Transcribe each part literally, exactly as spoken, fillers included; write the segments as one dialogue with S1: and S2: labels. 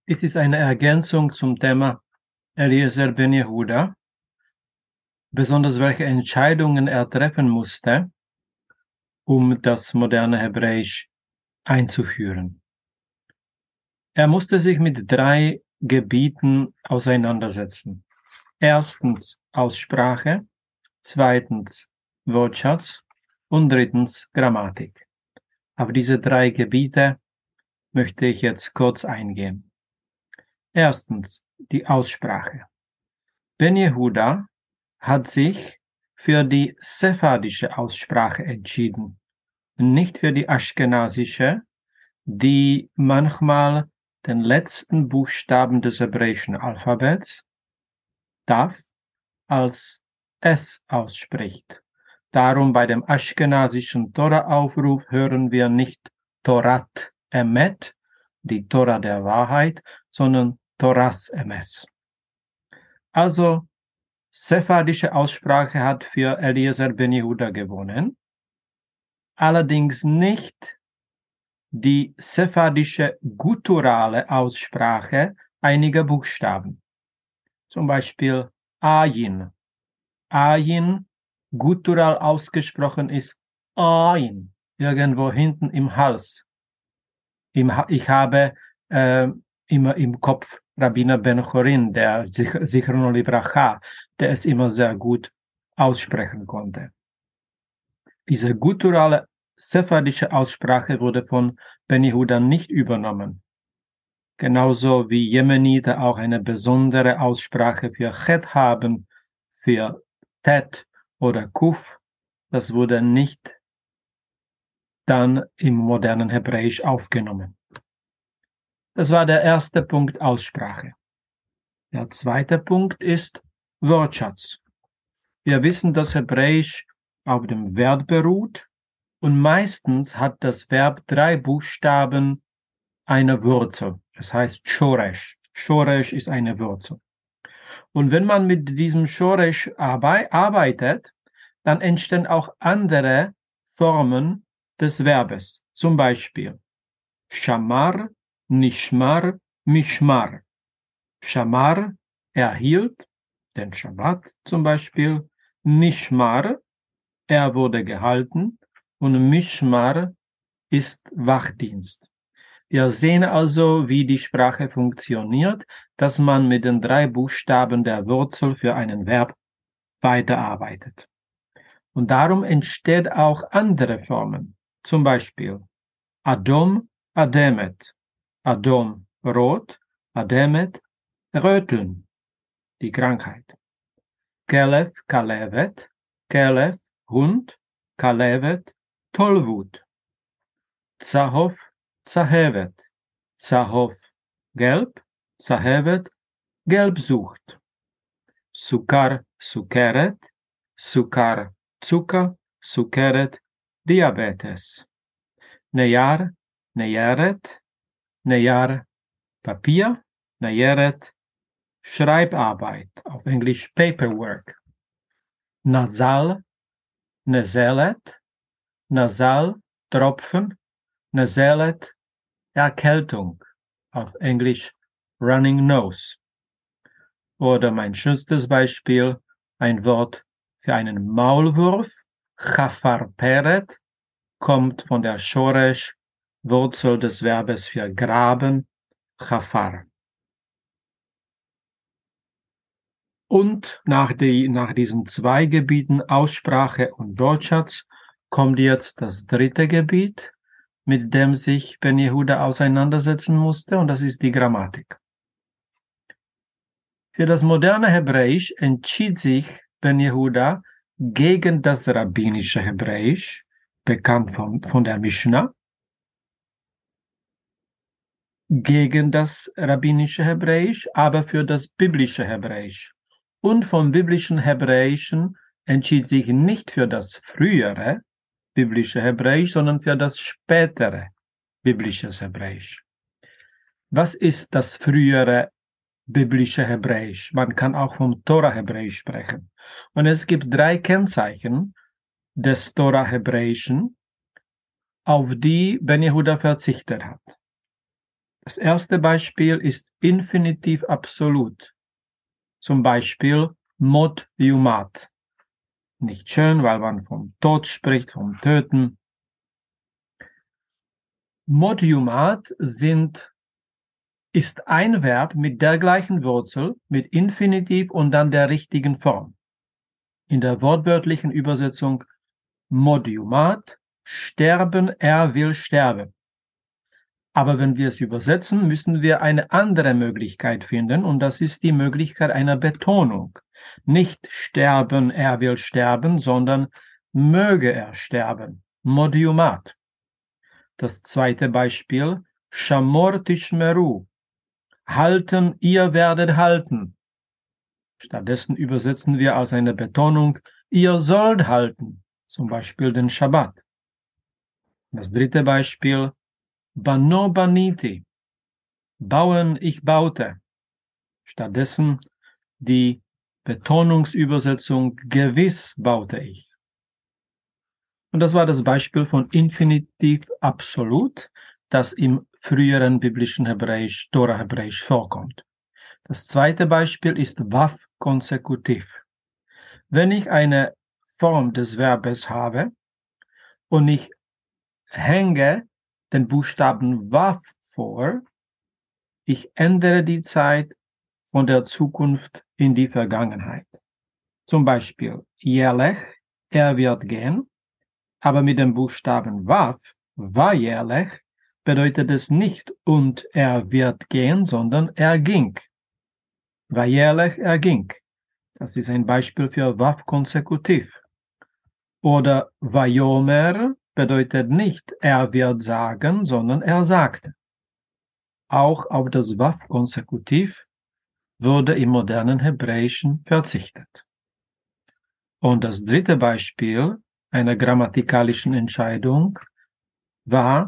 S1: Dies ist eine Ergänzung zum Thema Eliezer ben Yehuda, besonders welche Entscheidungen er treffen musste, um das moderne Hebräisch einzuführen. Er musste sich mit drei Gebieten auseinandersetzen. Erstens Aussprache, zweitens Wortschatz und drittens Grammatik. Auf diese drei Gebiete möchte ich jetzt kurz eingehen. Erstens die Aussprache. Ben Yehuda hat sich für die sephardische Aussprache entschieden, nicht für die aschkenasische, die manchmal den letzten Buchstaben des hebräischen Alphabets, Taf, als S ausspricht. Darum bei dem aschkenasischen Tora-Aufruf hören wir nicht Torat Emet, die Tora der Wahrheit, sondern Toras Emes. Also, sephardische Aussprache hat für Eliezer ben Yehuda gewonnen, allerdings nicht die sephardische gutturale Aussprache einiger Buchstaben. Zum Beispiel Ayin. Ayin, guttural ausgesprochen ist Ayin, irgendwo hinten im Hals. Ich habe äh, immer im Kopf Rabbiner Ben Chorin, der Zichrono Livracha, der es immer sehr gut aussprechen konnte. Diese gutturale sephardische Aussprache wurde von Ben Yehuda nicht übernommen. Genauso wie Jemeniter auch eine besondere Aussprache für Chet haben, für Tet oder Kuf, das wurde nicht dann im modernen Hebräisch aufgenommen. Das war der erste Punkt, Aussprache. Der zweite Punkt ist Wortschatz. Wir wissen, dass Hebräisch auf dem Verb beruht und meistens hat das Verb drei Buchstaben eine Wurzel. Das heißt Shoresh. Shoresh ist eine Wurzel. Und wenn man mit diesem Shoresh arbeitet, dann entstehen auch andere Formen des Verbes. Zum Beispiel Shamar, Nishmar, Mishmar. Shamar erhielt den Shabbat zum Beispiel. Nishmar, er wurde gehalten. Und Mishmar ist Wachdienst. Wir sehen also, wie die Sprache funktioniert, dass man mit den drei Buchstaben der Wurzel für einen Verb weiterarbeitet. Und darum entsteht auch andere Formen. Zum Beispiel Adom, Ademet. Adom, rot, Ademet, röteln, die Krankheit. Kelef, Kalevet, Kelef, Hund, Kalevet, Tollwut. Zahov, Zahevet, Zahov, gelb, Zahevet, Gelbsucht. Sukar, Sukeret, Sukar, Zucker, Sukeret, Diabetes. Neyar, Neyeret, Neyar, Papier, Neyeret, Schreibarbeit, auf Englisch Paperwork. Nasal, Nezelet, Nasal, Tropfen, Nezelet, Erkältung, auf Englisch Running Nose. Oder mein schönstes Beispiel, ein Wort für einen Maulwurf, Chafarperet, kommt von der Shoresh, Wurzel des Verbes für graben, Chafar. Und nach, die, nach diesen zwei Gebieten, Aussprache und Wortschatz, kommt jetzt das dritte Gebiet, mit dem sich Ben Yehuda auseinandersetzen musste, und das ist die Grammatik. Für das moderne Hebräisch entschied sich Ben Yehuda gegen das rabbinische Hebräisch, bekannt von, von der Mishnah, gegen das rabbinische Hebräisch, aber für das biblische Hebräisch. Und vom biblischen Hebräischen entschied sich nicht für das frühere biblische Hebräisch, sondern für das spätere biblische Hebräisch. Was ist das frühere biblische Hebräisch? Man kann auch vom Tora-Hebräisch sprechen. Und es gibt drei Kennzeichen des Tora-Hebräischen, auf die Ben Yehuda verzichtet hat. Das erste Beispiel ist Infinitiv absolut. Zum Beispiel Mod Yumat. Nicht schön, weil man vom Tod spricht, vom Töten. Mod Yumat sind, ist ein Verb mit der gleichen Wurzel, mit Infinitiv und dann der richtigen Form. In der wortwörtlichen Übersetzung Mod Yumat, sterben, er will sterben. Aber wenn wir es übersetzen, müssen wir eine andere Möglichkeit finden, und das ist die Möglichkeit einer Betonung. Nicht sterben, er will sterben, sondern möge er sterben. Mod Yumat. Das zweite Beispiel, Shamor Tishmeru. Halten, ihr werdet halten. Stattdessen übersetzen wir als eine Betonung, ihr sollt halten, zum Beispiel den Schabbat. Das dritte Beispiel, Bano baniti, bauen, ich baute. Stattdessen die Betonungsübersetzung, gewiss baute ich. Und das war das Beispiel von Infinitiv absolut, das im früheren biblischen Hebräisch, Tora-Hebräisch vorkommt. Das zweite Beispiel ist Waf konsekutiv. Wenn ich eine Form des Verbes habe und ich hänge den Buchstaben Waf vor, ich ändere die Zeit von der Zukunft in die Vergangenheit. Zum Beispiel Jelech, er wird gehen, aber mit dem Buchstaben Waf, Vajelech, bedeutet es nicht und er wird gehen, sondern er ging. Vajelech, er ging. Das ist ein Beispiel für Waf konsekutiv. Oder Vayomer bedeutet nicht, er wird sagen, sondern er sagte. Auch auf das Waf konsekutiv wurde im modernen Hebräischen verzichtet. Und das dritte Beispiel einer grammatikalischen Entscheidung war,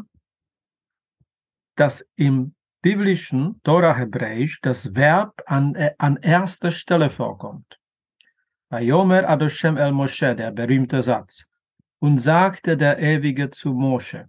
S1: dass im biblischen Tora-Hebräisch das Verb an, äh, an erster Stelle vorkommt. Vayomer Adoshem el Moshe, der berühmte Satz, und sagte der Ewige zu Mosche.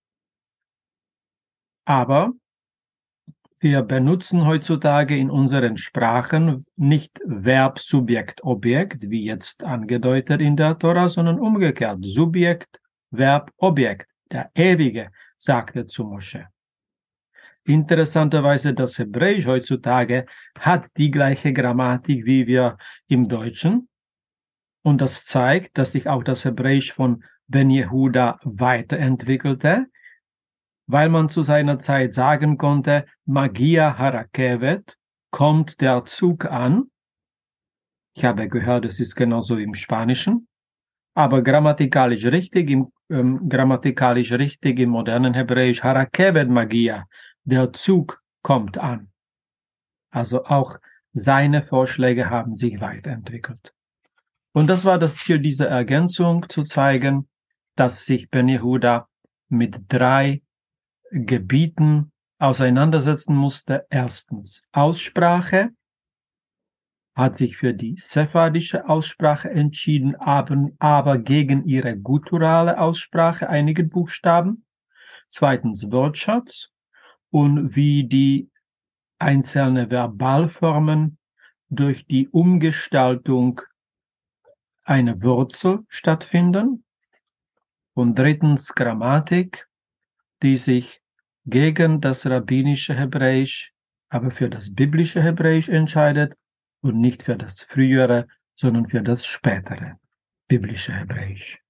S1: Aber wir benutzen heutzutage in unseren Sprachen nicht Verb, Subjekt, Objekt, wie jetzt angedeutet in der Tora, sondern umgekehrt. Subjekt, Verb, Objekt. Der Ewige sagte zu Mosche. Interessanterweise, das Hebräisch heutzutage hat die gleiche Grammatik wie wir im Deutschen. Und das zeigt, dass sich auch das Hebräisch von Ben Yehuda weiterentwickelte, weil man zu seiner Zeit sagen konnte, Magia harakevet, kommt der Zug an. Ich habe gehört, es ist genauso wie im Spanischen, aber grammatikalisch richtig, im, ähm, grammatikalisch richtig im modernen Hebräisch, harakevet Magia, der Zug kommt an. Also auch seine Vorschläge haben sich weiterentwickelt. Und das war das Ziel dieser Ergänzung, zu zeigen, dass sich Ben Yehuda mit drei Gebieten auseinandersetzen musste. Erstens Aussprache, hat sich für die sephardische Aussprache entschieden, aber, aber gegen ihre gutturale Aussprache einigen Buchstaben. Zweitens Wortschatz und wie die einzelnen Verbalformen durch die Umgestaltung einer Wurzel stattfinden. Und drittens Grammatik, die sich gegen das rabbinische Hebräisch, aber für das biblische Hebräisch entscheidet und nicht für das frühere, sondern für das spätere biblische Hebräisch.